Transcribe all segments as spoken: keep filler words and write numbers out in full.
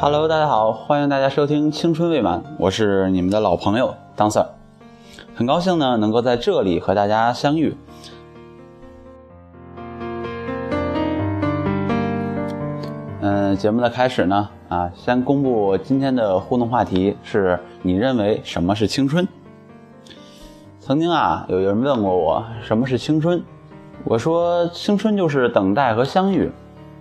Hello， 大家好，欢迎大家收听青春未满，我是你们的老朋友当 Sir， 很高兴呢能够在这里和大家相遇。嗯，节目的开始呢，啊，先公布今天的互动话题是：你认为什么是青春？曾经啊，有人问过我什么是青春，我说青春就是等待和相遇。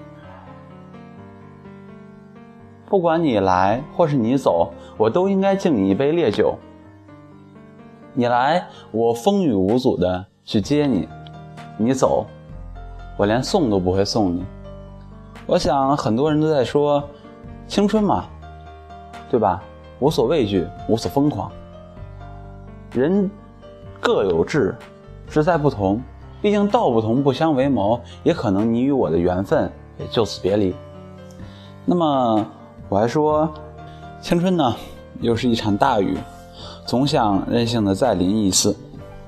不管你来或是你走，我都应该敬你一杯烈酒。你来，我风雨无阻的去接你；你走，我连送都不会送你。我想很多人都在说青春嘛，对吧？无所畏惧，无所疯狂。人各有志，志在不同，毕竟道不同不相为谋，也可能你与我的缘分也就此别离。那么我还说，青春呢，又是一场大雨，总想任性的再淋一次。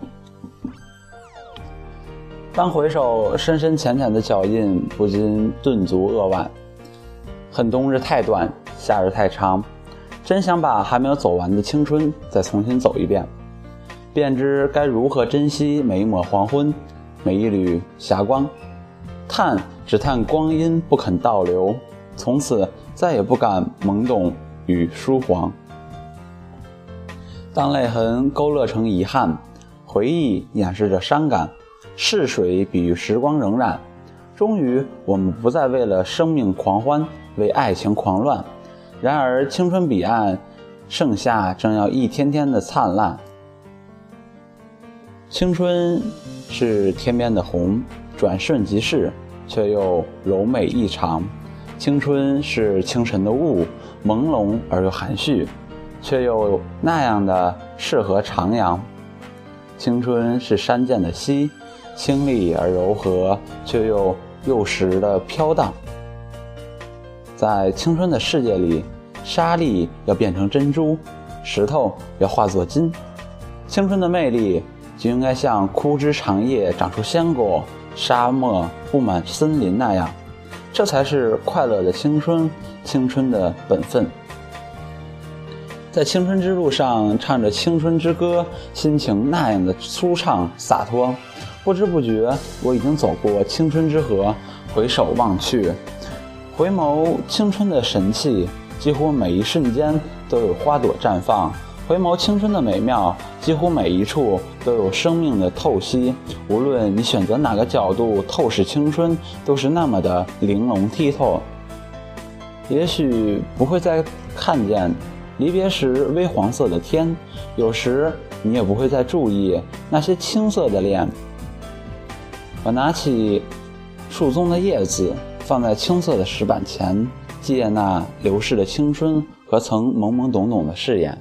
当回首深深浅浅的脚印，不禁顿足扼腕。恨冬日太短，夏日太长，真想把还没有走完的青春再重新走一遍，便知该如何珍惜每一抹黄昏，每一缕霞光。叹只叹光阴不肯倒流，从此再也不敢懵懂与疏黄。当泪痕勾勒成遗憾，回忆掩饰着伤感，逝水比喻时光荏苒。终于我们不再为了生命狂欢，为爱情狂乱。然而青春彼岸，盛夏正要一天天的灿烂。青春是天边的红，转瞬即逝，却又柔美异常。青春是清晨的雾，朦胧而又含蓄，却又那样的适合徜徉。青春是山涧的溪，清丽而柔和，却又幼时的飘荡。在青春的世界里，沙粒要变成珍珠，石头要化作金。青春的魅力就应该像枯枝长叶长出鲜果，沙漠布满森林那样，这才是快乐的青春，青春的本分。在青春之路上唱着青春之歌，心情那样的舒畅洒脱。不知不觉我已经走过青春之河，回首望去，回眸青春的神气，几乎每一瞬间都有花朵绽放。回眸青春的美妙，几乎每一处都有生命的透析。无论你选择哪个角度透视青春，都是那么的玲珑剔透。也许不会再看见离别时微黄色的天，有时你也不会再注意那些青涩的脸。我拿起树中的叶子，放在青色的石板前，纪念那流逝的青春和曾懵懵懂懂的誓言。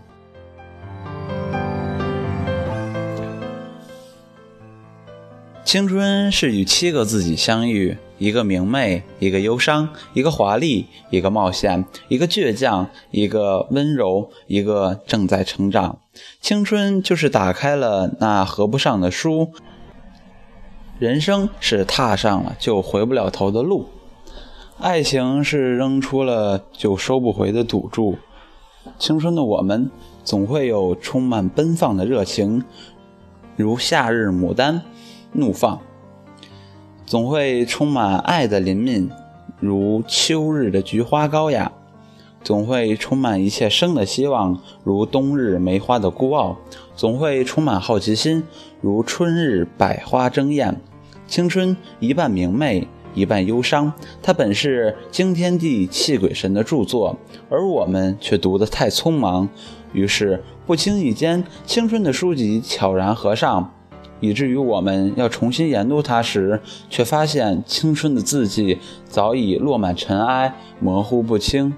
青春是与七个自己相遇，一个明媚，一个忧伤，一个华丽，一个冒险，一个倔强，一个温柔，一个正在成长。青春就是打开了那合不上的书，人生是踏上了就回不了头的路，爱情是扔出了就收不回的赌注。青春的我们总会有充满奔放的热情，如夏日牡丹怒放，总会充满爱的灵敏，如秋日的菊花高雅，总会充满一切生的希望，如冬日梅花的孤傲，总会充满好奇心，如春日百花争艳。青春一半明媚，一半忧伤，它本是惊天地泣鬼神的著作，而我们却读得太匆忙，于是不经意间，青春的书籍悄然合上，以至于我们要重新研读它时，却发现青春的字迹早已落满尘埃，模糊不清。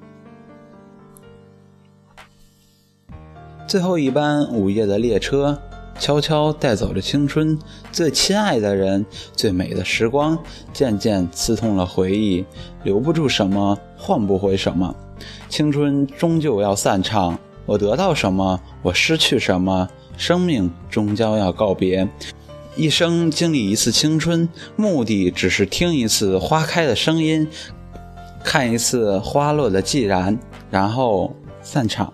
最后一班午夜的列车悄悄带走了青春，最亲爱的人，最美的时光，渐渐刺痛了回忆，留不住什么，换不回什么。青春终究要散场，我得到什么，我失去什么，生命终将要告别。一生经历一次青春，目的只是听一次花开的声音， 看一次花落的寂然，然后散场。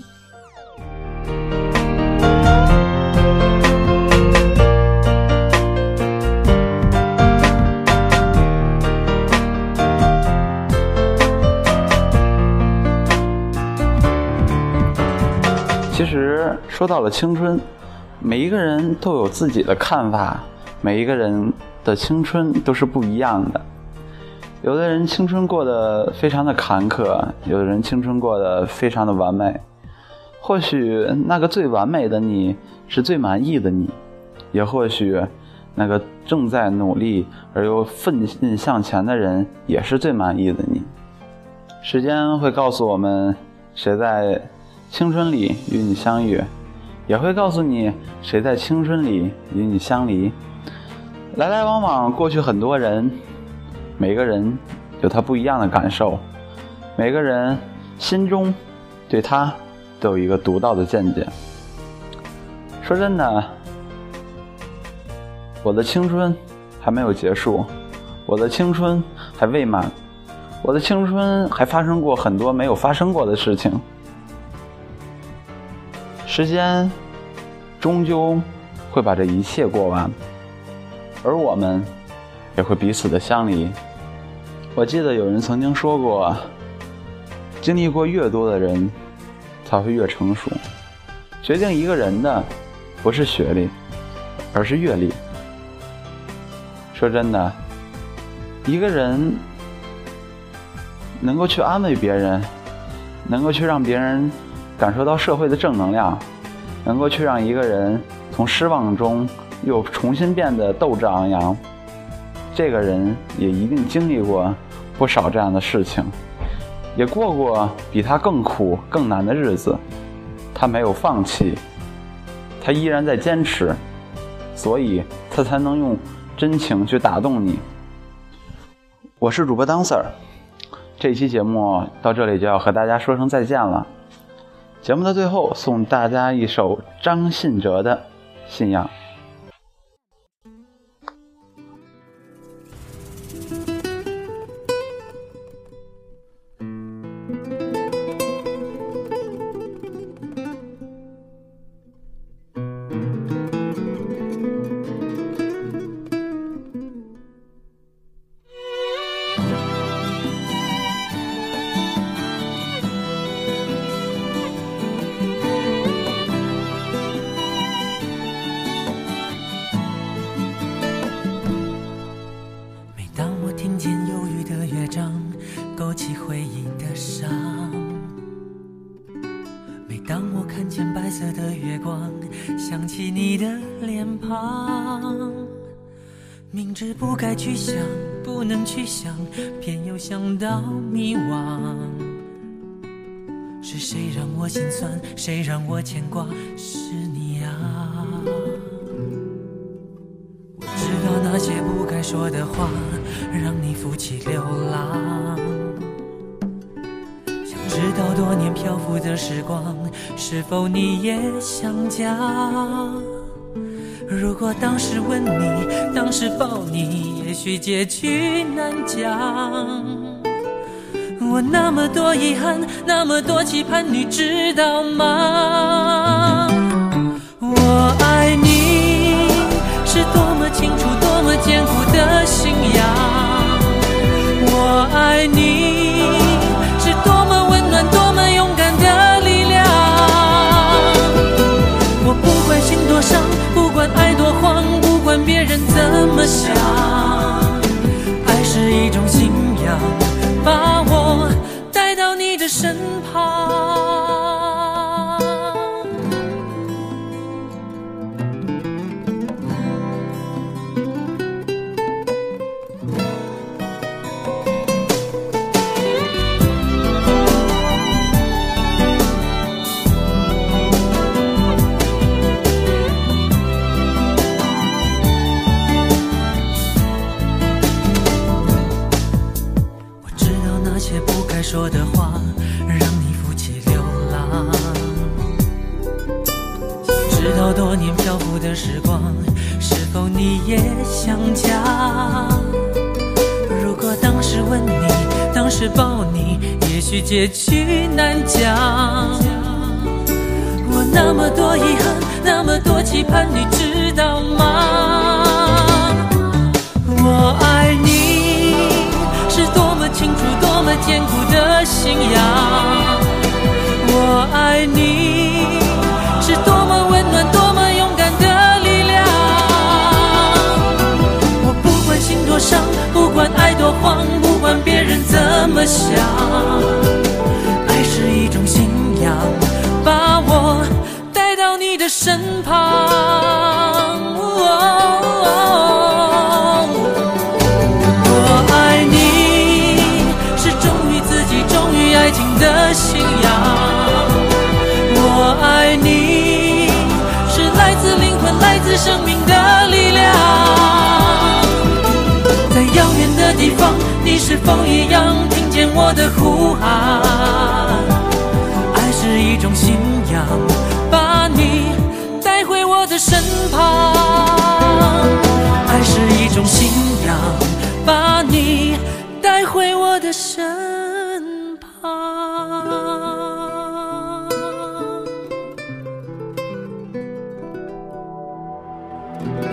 其实说到了青春，每一个人都有自己的看法，每一个人的青春都是不一样的。有的人青春过得非常的坎坷，有的人青春过得非常的完美。或许那个最完美的你是最满意的你，也或许那个正在努力而又奋进向前的人也是最满意的你。时间会告诉我们谁在青春里与你相遇，也会告诉你谁在青春里与你相离。来来往往过去很多人，每个人有他不一样的感受，每个人心中对他都有一个独到的见解。说真的，我的青春还没有结束，我的青春还未满，我的青春还发生过很多没有发生过的事情。时间终究会把这一切过完，而我们也会彼此的相离。我记得有人曾经说过，经历过越多的人才会越成熟。决定一个人的不是学历，而是阅历。说真的，一个人能够去安慰别人，能够去让别人感受到社会的正能量，能够去让一个人从失望中又重新变得斗志昂扬，这个人也一定经历过不少这样的事情，也过过比他更苦更难的日子。他没有放弃，他依然在坚持，所以他才能用真情去打动你。我是主播当 Sir， 这期节目到这里就要和大家说声再见了。节目的最后送大家一首张信哲的《信仰》。 勾起回忆的伤，每当我看见白色的月光，想起你的脸庞，明知不该去想，不能去想，偏又想到迷惘。是谁让我心酸，谁让我牵挂，是你啊。我知道那些不该说的话，让你负起流浪。想知道多年漂浮的时光，是否你也想家？如果当时吻你，当时抱你，也许结局难讲。我那么多遗憾，那么多期盼，你知道吗？我爱你是多么清楚，多么坚固的信仰。我爱你是多么温暖，多么勇敢的力量。我不管心多伤，不管爱多慌，不管别人怎么想，爱是一种信仰，把我带到你的身旁。说的话让你负起流浪，想知道多年漂浮的时光，是否你也想家？如果当时吻你，当是抱你，也许结局难讲。我那么多遗憾，那么多期盼，你知道吗？我爱你是多么清楚，多么坚固的信仰。我爱你是多么温暖，多么勇敢的力量。我不管心多伤，不管爱多慌，不管别人怎么想，爱是一种信仰，把我带到你的身旁。我爱你是忠于自己，忠于爱情的信仰。我爱你是来自灵魂，来自生命的力量。在遥远的地方，你是否一样听见我的呼喊？爱是一种信仰，把你带回我的身旁。爱是一种信仰，把你带回我的身旁。